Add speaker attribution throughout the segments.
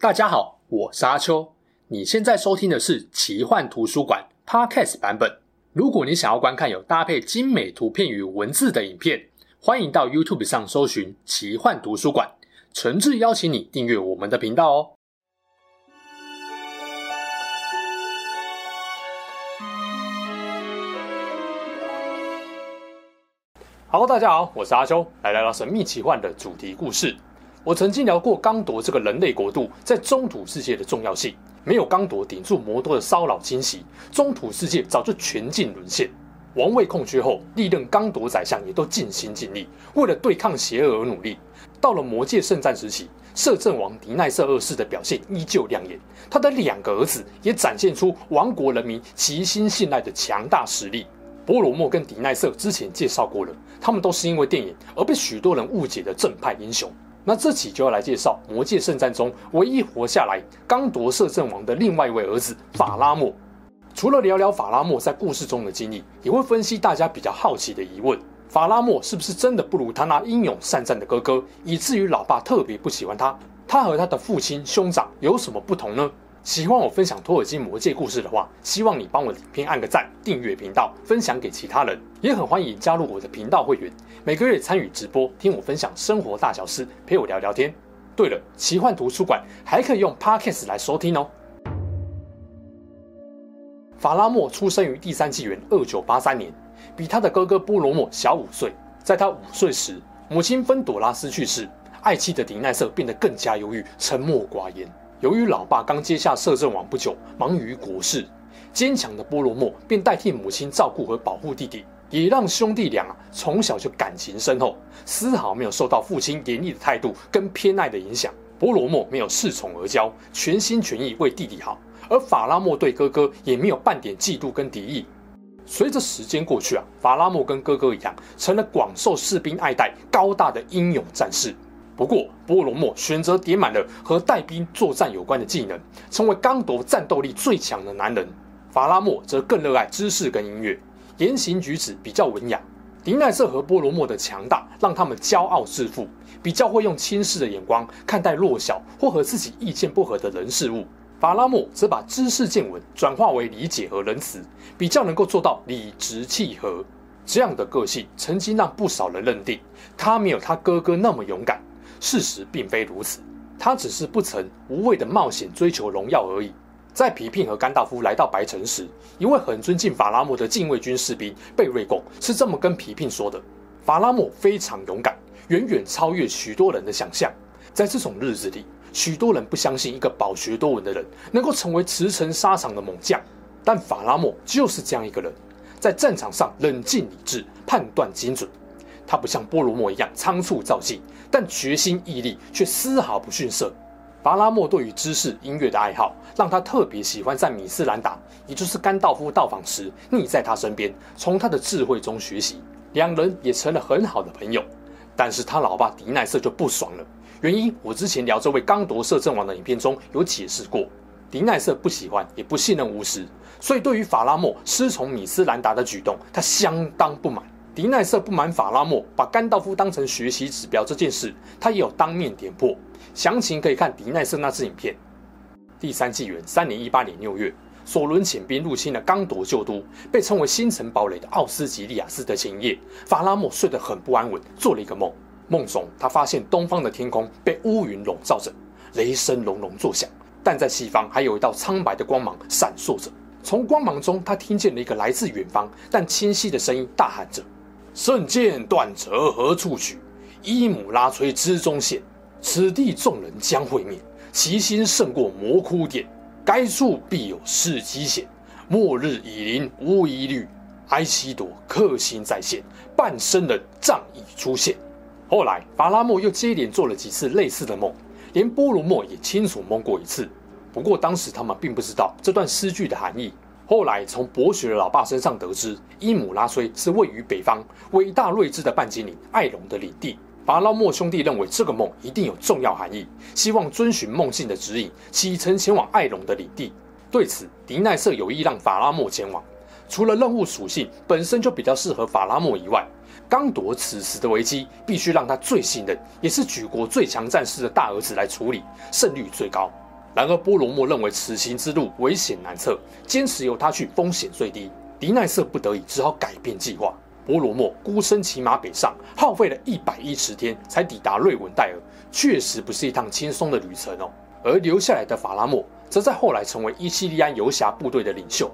Speaker 1: 大家好，我是阿秋。你现在收听的是奇幻图书馆 Podcast 版本。如果你想要观看有搭配精美图片与文字的影片，欢迎到 YouTube 上搜寻奇幻图书馆，诚挚邀请你订阅我们的频道哦。Hello， 大家好，我是阿秋，来聊聊神秘奇幻的主题故事。我曾经聊过刚铎这个人类国度在中土世界的重要性，没有刚铎顶住魔多的骚扰侵袭，中土世界早就全境沦陷。王位空缺后，历任刚铎宰相也都尽心尽力，为了对抗邪恶而努力。到了魔界圣战时期，摄政王狄奈瑟二世的表现依旧亮眼，他的2个儿子也展现出王国人民齐心信赖的强大实力。波罗莫跟狄奈瑟之前介绍过了，他们都是因为电影而被许多人误解的正派英雄。那这期就要来介绍魔界圣战中唯一活下来刚铎摄政王的另外一位儿子法拉莫。除了聊聊法拉莫在故事中的经历，也会分析大家比较好奇的疑问：法拉莫是不是真的不如他那英勇善战的哥哥，以至于老爸特别不喜欢他？他和他的父亲兄长有什么不同呢？喜欢我分享托尔金魔戒故事的话，希望你帮我的影片按个赞，订阅频道，分享给其他人，也很欢迎加入我的频道会员，每个月参与直播，听我分享生活大小事，陪我聊聊天。对了，奇幻图书馆还可以用 Podcast 来收听哦。法拉莫出生于第3纪元2983年，比他的哥哥波罗莫小5岁。在他5岁时，母亲芬朵拉斯去世，爱妻的狄奈瑟变得更加忧郁，沉默寡言。由于老爸刚接下摄政王不久，忙于国事，坚强的波罗莫便代替母亲照顾和保护弟弟，也让兄弟俩从小就感情深厚，丝毫没有受到父亲严厉的态度跟偏爱的影响。波罗莫没有恃宠而骄，全心全意为弟弟好，而法拉莫对哥哥也没有半点嫉妒跟敌意。随着时间过去法拉莫跟哥哥一样，成了广受士兵爱戴、高大的英勇战士。不过，波罗莫选择点满了和带兵作战有关的技能，成为刚铎战斗力最强的男人。法拉莫则更热爱知识跟音乐，言行举止比较文雅。狄奈瑟和波罗莫的强大让他们骄傲自负，比较会用轻视的眼光看待弱小或和自己意见不合的人事物。法拉莫则把知识见闻转化为理解和仁慈，比较能够做到理直气和。这样的个性曾经让不少人认定他没有他哥哥那么勇敢。事实并非如此，他只是不曾无谓的冒险追求荣耀而已。在皮聘和甘道夫来到白城时，一位很尊敬法拉莫的禁卫军士兵贝瑞贡是这么跟皮聘说的：法拉莫非常勇敢，远远超越许多人的想象。在这种日子里，许多人不相信一个饱学多闻的人能够成为驰骋沙场的猛将，但法拉莫就是这样一个人，在战场上冷静理智，判断精准。他不像波罗莫一样仓促造计，但决心毅力却丝毫不逊色。法拉莫对于知识音乐的爱好，让他特别喜欢在米斯兰达，也就是甘道夫到访时，腻在他身边，从他的智慧中学习。2人也成了很好的朋友。但是他老爸狄奈瑟就不爽了，原因我之前聊这位刚铎摄政王的影片中有解释过。狄奈瑟不喜欢也不信任巫师，所以对于法拉莫师从米斯兰达的举动，他相当不满。狄奈瑟不满法拉莫把甘道夫当成学习指标这件事，他也有当面点破，详情可以看狄奈瑟那支影片。第3纪元3年18年6月，索伦遣兵入侵了刚铎旧都，被称为星辰堡垒的奥斯吉利亚斯的前夜，法拉莫睡得很不安稳，做了一个梦。梦中他发现东方的天空被乌云笼罩着，雷声隆隆作响，但在西方还有一道苍白的光芒闪烁着。从光芒中，他听见了一个来自远方但清晰的声音，大喊着：圣剑断折何处取？伊姆拉崔之中现，此地众人将会灭，其心胜过魔窟殿。该处必有事机险，末日已临无疑虑。埃西朵克星再现，半生人仗义出现。后来，法拉莫又接连做了几次类似的梦，连波罗莫也清楚梦过一次。不过当时他们并不知道这段诗句的含义。后来从博学的老爸身上得知，伊姆拉崔是位于北方伟大睿智的半精灵艾隆的领地。法拉莫兄弟认为这个梦一定有重要含义，希望遵循梦境的指引，启程前往艾隆的领地。对此，狄奈瑟有意让法拉莫前往。除了任务属性本身就比较适合法拉莫以外，刚铎此时的危机必须让他最信任，也是举国最强战士的大儿子来处理，胜率最高。 然而波罗莫认为此行之路危险难测，坚持由他去风险最低。狄奈瑟不得已只好改变计划。波罗莫孤身骑马北上，耗费了110天才抵达瑞文戴尔，确实不是一趟轻松的旅程哦。而留下来的法拉莫，则在后来成为伊西利安游侠部队的领袖。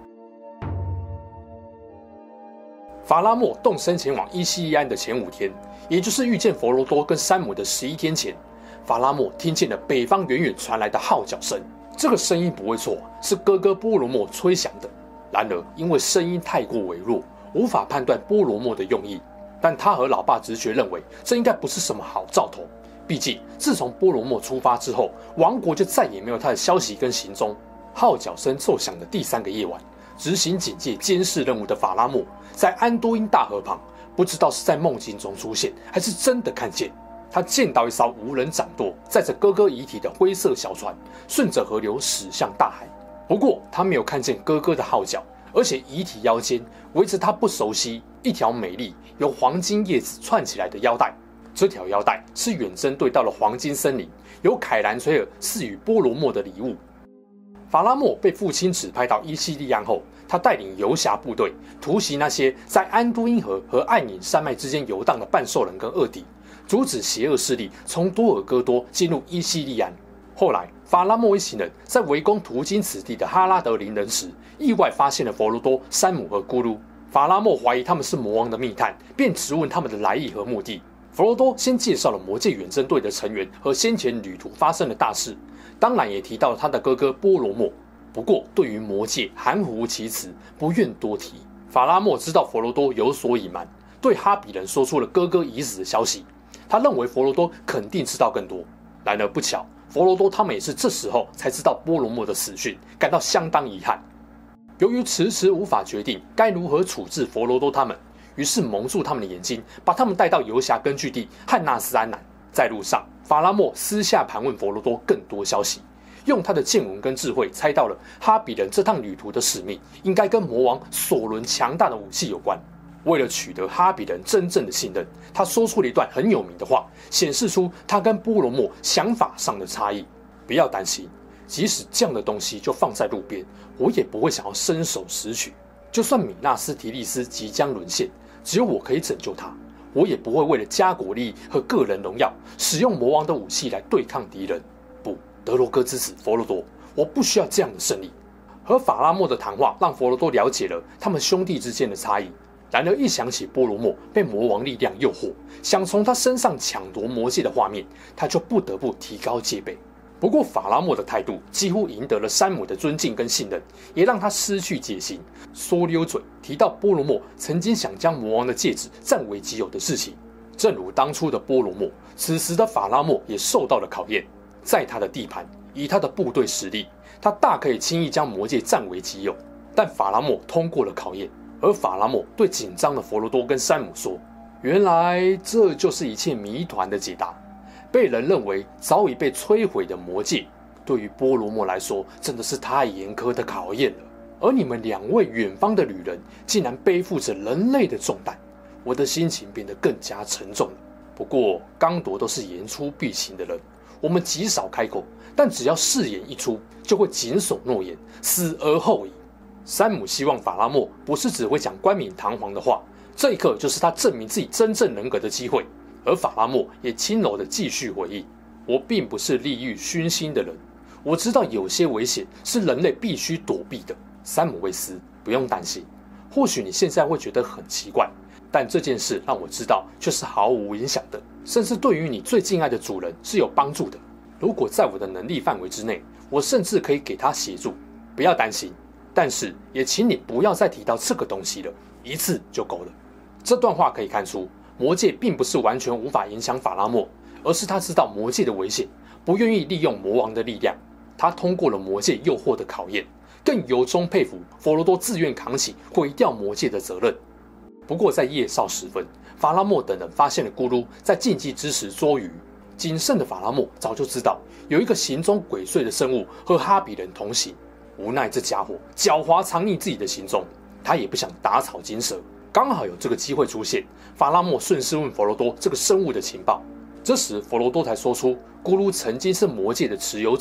Speaker 1: 法拉莫动身前往伊西利安的前5天，也就是遇见佛罗多跟山姆的11天前，法拉莫听见了北方远远传来的号角声。这个声音不会错，是哥哥波罗莫吹响的。然而，因为声音太过微弱，无法判断波罗莫的用意。但他和老爸直觉认为，这应该不是什么好兆头。毕竟，自从波罗莫出发之后，王国就再也没有他的消息跟行踪。号角声奏响的第3个夜晚，执行警戒监视任务的法拉莫，在安多因大河旁，不知道是在梦境中出现，还是真的看见。他见到一艘无人掌舵、载着哥哥遗体的灰色小船，顺着河流驶向大海。不过，他没有看见哥哥的号角，而且遗体腰间围着他不熟悉一条美丽由黄金叶子串起来的腰带。这条腰带是远征队到了黄金森林，由凯兰崔尔赐予波罗莫的礼物。法拉莫被父亲指派到伊西利安后，他带领游侠部队突袭那些在安都因河和暗影山脉之间游荡的半兽人跟恶敌，阻止邪恶势力从多尔戈多进入伊西利安。后来，法拉莫一行人在围攻途经此地的哈拉德林人时，意外发现了佛罗多、山姆和咕噜。法拉莫怀疑他们是魔王的密探，便质问他们的来意和目的。佛罗多先介绍了魔界远征队的成员和先前旅途发生的大事，当然也提到了他的哥哥波罗莫。不过，对于魔界含糊其辞，不愿多提。法拉莫知道佛罗多有所隐瞒，对哈比人说出了哥哥已死的消息。他认为佛罗多肯定知道更多。然而不巧，佛罗多他们也是这时候才知道波罗莫的死讯，感到相当遗憾。由于迟迟无法决定该如何处置佛罗多他们，于是蒙住他们的眼睛，把他们带到游侠根据地汉纳斯安南。在路上，法拉莫私下盘问佛罗多更多消息，用他的见闻跟智慧猜到了哈比人这趟旅途的使命应该跟魔王索伦强大的武器有关。为了取得哈比人真正的信任，他说出了一段很有名的话，显示出他跟波罗莫想法上的差异。不要担心，即使这样的东西就放在路边，我也不会想要伸手拾取。就算米纳斯提利斯即将沦陷，只有我可以拯救他，我也不会为了家国利益和个人荣耀，使用魔王的武器来对抗敌人。不，德罗戈之子佛罗多，我不需要这样的胜利。和法拉莫的谈话让佛罗多了解了他们兄弟之间的差异。然而一想起波罗莫被魔王力量诱惑，想从他身上抢夺魔戒的画面，他就不得不提高戒备。不过法拉莫的态度几乎赢得了山姆的尊敬跟信任，也让他失去戒心，说溜嘴提到波罗莫曾经想将魔王的戒指占为己有的事情。正如当初的波罗莫，此时的法拉莫也受到了考验。在他的地盘，以他的部队实力，他大可以轻易将魔戒占为己有。但法拉莫通过了考验，而法拉莫对紧张的佛罗多跟山姆说：“原来这就是一切谜团的解答。被人认为早已被摧毁的魔戒，对于波罗莫来说，真的是太严苛的考验了。而你们2位远方的旅人，竟然背负着人类的重担，我的心情变得更加沉重了。不过，刚铎都是言出必行的人，我们极少开口，但只要誓言一出，就会谨守诺言，死而后已。”山姆希望法拉莫不是只会讲冠冕堂皇的话，这一刻就是他证明自己真正人格的机会。而法拉莫也轻柔地继续回忆：“我并不是利欲熏心的人，我知道有些危险是人类必须躲避的。山姆卫斯，不用担心。或许你现在会觉得很奇怪，但这件事让我知道却是毫无影响的，甚至对于你最敬爱的主人是有帮助的。如果在我的能力范围之内，我甚至可以给他协助。不要担心，但是也请你不要再提到这个东西了，一次就够了。”这段话可以看出，魔戒并不是完全无法影响法拉莫，而是他知道魔戒的危险，不愿意利用魔王的力量。他通过了魔戒诱惑的考验，更由衷佩服佛罗多自愿扛起毁掉魔戒的责任。不过在夜少时分，法拉莫等人发现了咕噜在禁忌之时捉鱼。谨慎的法拉莫早就知道有一个行踪鬼祟的生物和哈比人同行，无奈这家伙狡猾藏匿自己的行踪，他也不想打草惊蛇。刚好有这个机会出现，法拉莫顺势问佛罗多这个生物的情报。这时佛罗多才说出咕噜曾经是魔戒的持有者，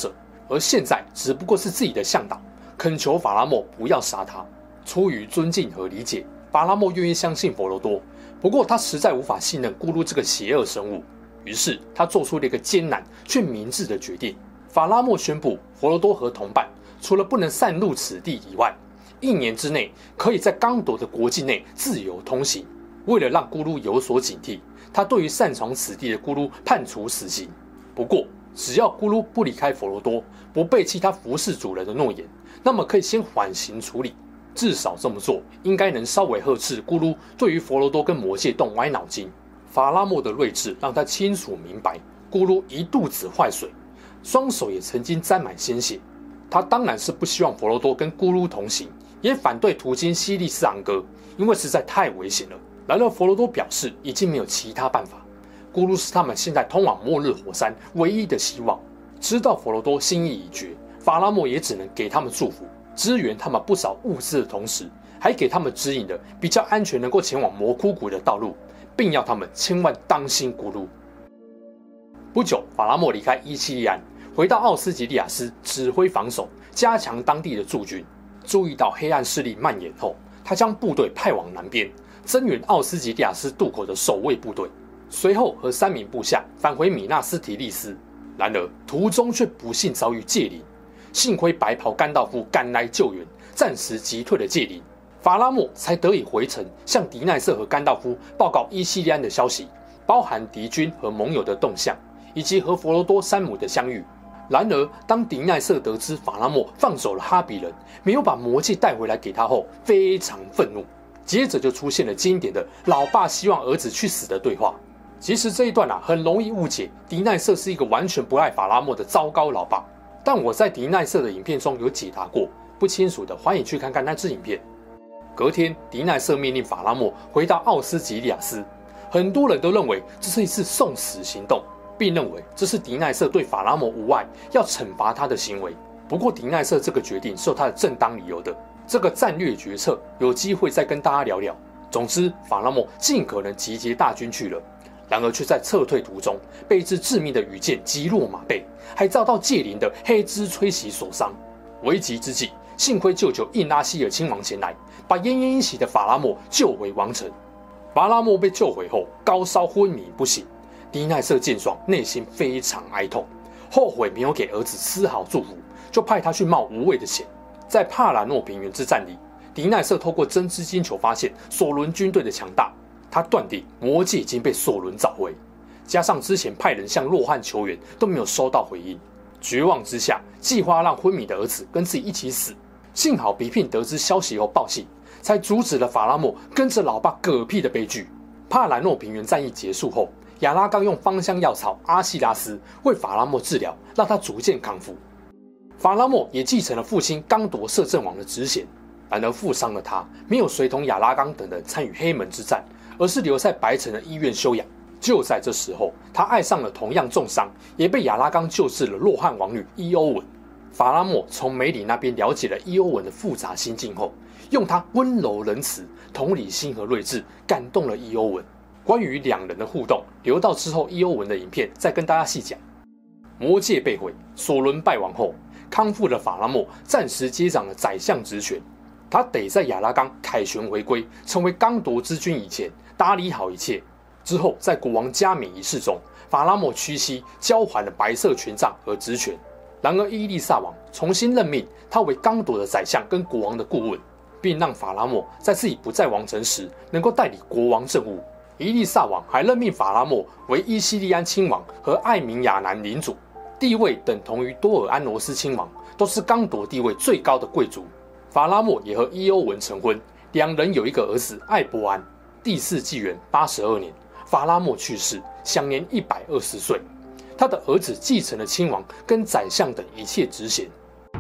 Speaker 1: 而现在只不过是自己的向导恳求法拉莫不要杀他。出于尊敬和理解，法拉莫愿意相信佛罗多，不过他实在无法信任咕噜这个邪恶生物，于是他做出了一个艰难却明智的决定。法拉莫宣布，佛罗多和同伴除了不能擅入此地以外，1年之内可以在刚铎的国境内自由通行。为了让咕噜有所警惕，他对于擅闯此地的咕噜判处死刑。不过，只要咕噜不离开佛罗多，不背弃他服侍主人的诺言，那么可以先缓刑处理。至少这么做，应该能稍微呵斥咕噜对于佛罗多跟魔戒动歪脑筋。法拉莫的睿智让他清楚明白，咕噜一肚子坏水，双手也曾经沾满鲜血。他当然是不希望佛罗多跟咕噜同行，也反对途经西利斯昂哥，因为实在太危险了。然而佛罗多表示已经没有其他办法，咕噜是他们现在通往末日火山唯一的希望。知道佛罗多心意已决，法拉莫也只能给他们祝福，支援他们不少物资的同时，还给他们指引了比较安全能够前往魔窟谷的道路，并要他们千万当心咕噜。不久，法拉莫离开伊西利安，回到奥斯吉利亚斯指挥防守，加强当地的驻军。注意到黑暗势力蔓延后，他将部队派往南边，增援奥斯吉利亚斯渡口的守卫部队。随后和3名部下返回米纳斯提利斯，然而途中却不幸遭遇戒灵。幸亏白袍甘道夫赶来救援，暂时击退了戒灵，法拉莫才得以回城向迪奈瑟和甘道夫报告伊西利安的消息，包含敌军和盟友的动向，以及和佛罗多山姆的相遇。然而，当迪奈瑟得知法拉莫放走了哈比人，没有把魔戒带回来给他后，非常愤怒。接着就出现了经典的老爸希望儿子去死的对话。其实这一段很容易误解，迪奈瑟是一个完全不爱法拉莫的糟糕老爸。但我在迪奈瑟的影片中有解答过，不清楚的欢迎去看看那支影片。隔天，迪奈瑟命令法拉莫回到奥斯吉利亚斯，很多人都认为这是一次送死行动，并认为这是迪奈瑟对法拉莫无爱，要惩罚他的行为。不过迪奈瑟这个决定是有他的正当理由的，这个战略决策有机会再跟大家聊聊。总之，法拉莫尽可能集结大军去了，然而却在撤退途中被一支致命的羽箭击落马背，还遭到戒灵的黑枝吹袭所伤。危急之际，幸亏舅舅印拉希尔亲王前来，把奄奄一息的法拉莫救回王城。法拉莫被救回后，高烧昏迷不醒。迪奈瑟见状，内心非常哀痛，后悔没有给儿子丝毫祝福，就派他去冒无谓的险。在帕兰诺平原之战里，迪奈瑟透过真知金球发现索伦军队的强大，他断定魔戒已经被索伦找回，加上之前派人向洛汗求援都没有收到回应，绝望之下，计划让昏迷的儿子跟自己一起死。幸好比聘得知消息后报信，才阻止了法拉莫跟着老爸嗝屁的悲剧。帕兰诺平原战役结束后，亚拉冈用芳香药草阿西拉斯为法拉莫治疗，让他逐渐康复。法拉莫也继承了父亲刚铎摄政王的职衔，然而负伤的他没有随同亚拉冈等人参与黑门之战，而是留在白城的医院休养。就在这时候，他爱上了同样重伤也被亚拉冈救治了洛汗王女伊欧文。法拉莫从梅里那边了解了伊欧文的复杂心境后，用他温柔仁慈、同理心和睿智感动了伊欧文。关于两人的互动，留到之后伊欧文的影片再跟大家细讲。魔戒被毁，索伦败亡后，康复的法拉莫暂时接掌了宰相职权。他得在亚拉冈凯旋回归，成为刚铎之君以前打理好一切。之后，在国王加冕仪式中，法拉莫屈膝交还了白色权杖和职权。然而，伊丽莎王重新任命他为刚铎的宰相跟国王的顾问，并让法拉莫在自己不在王城时能够代理国王政务。伊丽莎王还任命法拉莫为伊西利安亲王和艾明亚南领主，地位等同于多尔安罗斯亲王，都是刚铎地位最高的贵族。法拉莫也和伊欧文成婚，两人有一个儿子艾伯安。第4纪元82年，法拉莫去世，享年120岁。他的儿子继承了亲王跟宰相等一切职衔。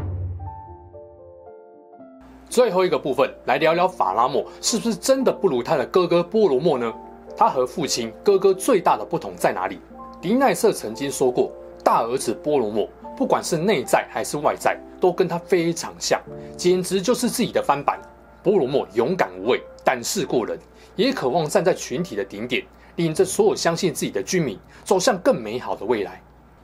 Speaker 1: 最后一个部分，来聊聊法拉莫是不是真的不如他的哥哥波罗莫呢？他和父亲、哥哥最大的不同在哪里？迪奈瑟曾经说过，大儿子波罗莫不管是内在还是外在，都跟他非常像，简直就是自己的翻版。波罗莫勇敢无畏，胆识过人，也渴望站在群体的顶点，领着所有相信自己的军民走向更美好的未来。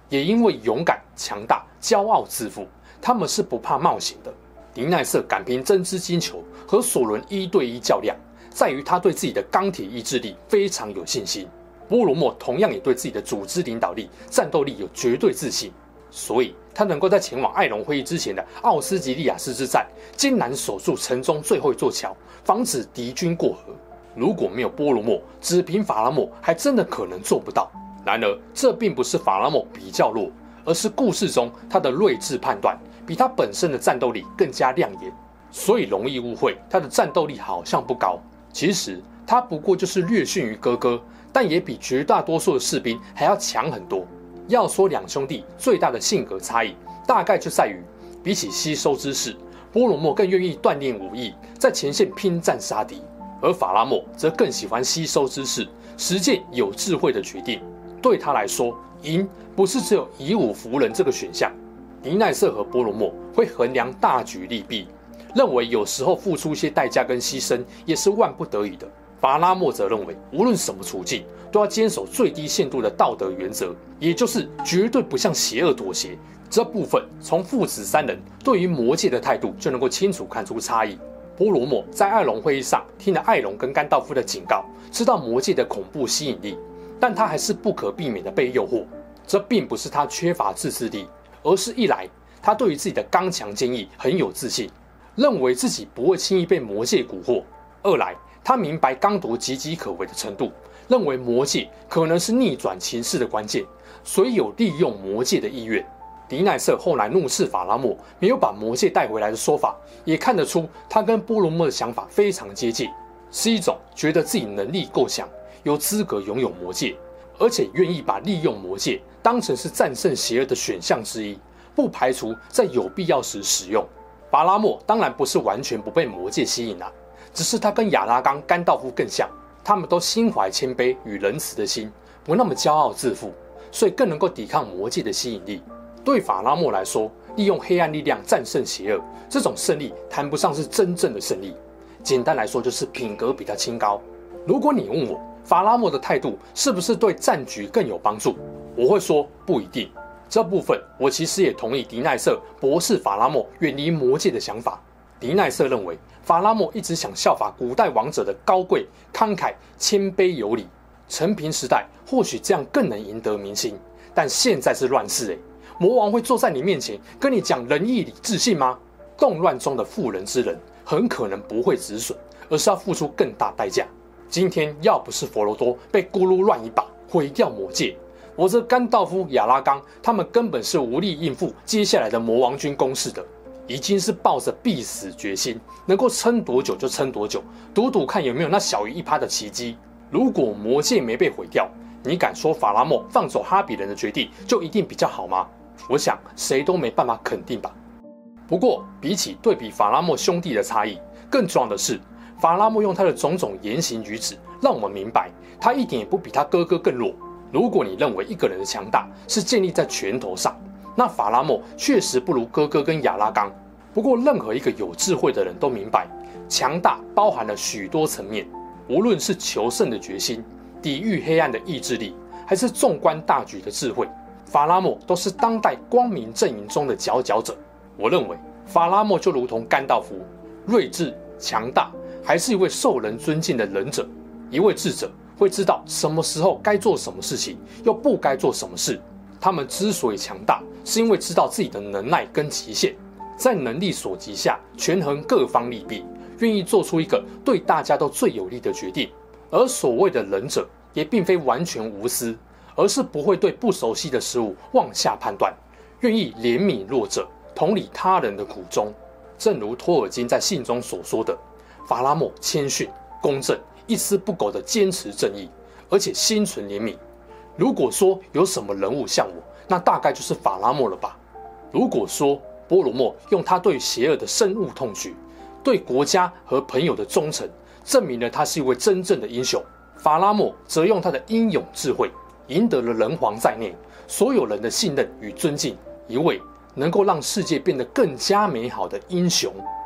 Speaker 1: 也因为勇敢、强大、骄傲自负，他们是不怕冒险的。迪奈瑟敢凭真知金球和索伦1对1较量，在于他对自己的钢铁意志力非常有信心。波罗莫同样也对自己的组织领导力、战斗力有绝对自信，所以他能够在前往艾隆会议之前的奥斯吉利亚斯之战，艰难守住城中最后一座桥，防止敌军过河。如果没有波罗莫，只凭法拉莫还真的可能做不到。然而，这并不是法拉莫比较弱，而是故事中他的睿智判断比他本身的战斗力更加亮眼，所以容易误会他的战斗力好像不高。其实他不过就是略逊于哥哥，但也比绝大多数的士兵还要强很多。要说两兄弟最大的性格差异，大概就在于，比起吸收知识，波罗莫更愿意锻炼武艺，在前线拼战杀敌，而法拉莫则更喜欢吸收知识，实践有智慧的决定。对他来说，赢不是只有以武服人这个选项。迪奈瑟和波罗莫会衡量大局利弊，认为有时候付出一些代价跟牺牲也是万不得已的。法拉莫则认为，无论什么处境，都要坚守最低限度的道德原则，也就是绝对不向邪恶妥协。这部分从父子三人对于魔戒的态度就能够清楚看出差异。波罗莫在艾隆会议上听了艾隆跟甘道夫的警告，知道魔戒的恐怖吸引力，但他还是不可避免的被诱惑。这并不是他缺乏自制力，而是一来他对于自己的刚强坚毅很有自信，认为自己不会轻易被魔戒蛊惑；二来他明白刚铎岌岌可危的程度，认为魔戒可能是逆转情势的关键，所以有利用魔戒的意愿。迪奈瑟后来怒斥法拉莫没有把魔戒带回来的说法，也看得出他跟波罗莫的想法非常接近，是一种觉得自己能力够强，有资格拥有魔戒，而且愿意把利用魔戒当成是战胜邪恶的选项之一，不排除在有必要时使用。法拉莫当然不是完全不被魔戒吸引啊，只是他跟亚拉冈、甘道夫更像，他们都心怀谦卑与仁慈的心，不那么骄傲自负，所以更能够抵抗魔戒的吸引力。对法拉莫来说，利用黑暗力量战胜邪恶，这种胜利谈不上是真正的胜利，简单来说就是品格比他清高。如果你问我法拉莫的态度是不是对战局更有帮助，我会说不一定。这部分我其实也同意迪奈瑟驳斥法拉莫远离魔戒的想法。迪奈瑟认为法拉莫一直想效法古代王者的高贵、慷慨、谦卑有礼，陈平时代或许这样更能赢得民心，但现在是乱世魔王会坐在你面前跟你讲仁义礼智信吗？动乱中的妇人之仁很可能不会止损，而是要付出更大代价。今天要不是佛罗多被咕噜乱一把毁掉魔戒，我这甘道夫、亚拉冈他们根本是无力应付接下来的魔王军攻势的，已经是抱着必死决心，能够撑多久就撑多久，赌赌看有没有那小于1%的奇迹。如果魔戒没被毁掉，你敢说法拉莫放走哈比人的决定就一定比较好吗？我想谁都没办法肯定吧。不过比起对比法拉莫兄弟的差异，更重要的是法拉莫用他的种种言行举止让我们明白他一点也不比他哥哥更弱。如果你认为一个人的强大是建立在拳头上，那法拉莫确实不如哥哥跟亚拉冈。不过任何一个有智慧的人都明白，强大包含了许多层面，无论是求胜的决心、抵御黑暗的意志力，还是纵观大局的智慧，法拉莫都是当代光明阵营中的佼佼者。我认为法拉莫就如同甘道夫，睿智、强大，还是一位受人尊敬的忍者。一位智者会知道什么时候该做什么事情，又不该做什么事。他们之所以强大，是因为知道自己的能耐跟极限，在能力所及下权衡各方利弊，愿意做出一个对大家都最有利的决定。而所谓的忍者也并非完全无私，而是不会对不熟悉的事物妄下判断，愿意怜悯弱者，同理他人的苦衷。正如托尔金在信中所说的，法拉莫谦逊、公正，一丝不苟地坚持正义，而且心存怜悯。如果说有什么人物像我，那大概就是法拉莫了吧。如果说波罗莫用他对邪恶的深恶痛绝，对国家和朋友的忠诚，证明了他是一位真正的英雄，法拉莫则用他的英勇智慧，赢得了人皇在内所有人的信任与尊敬，一位能够让世界变得更加美好的英雄。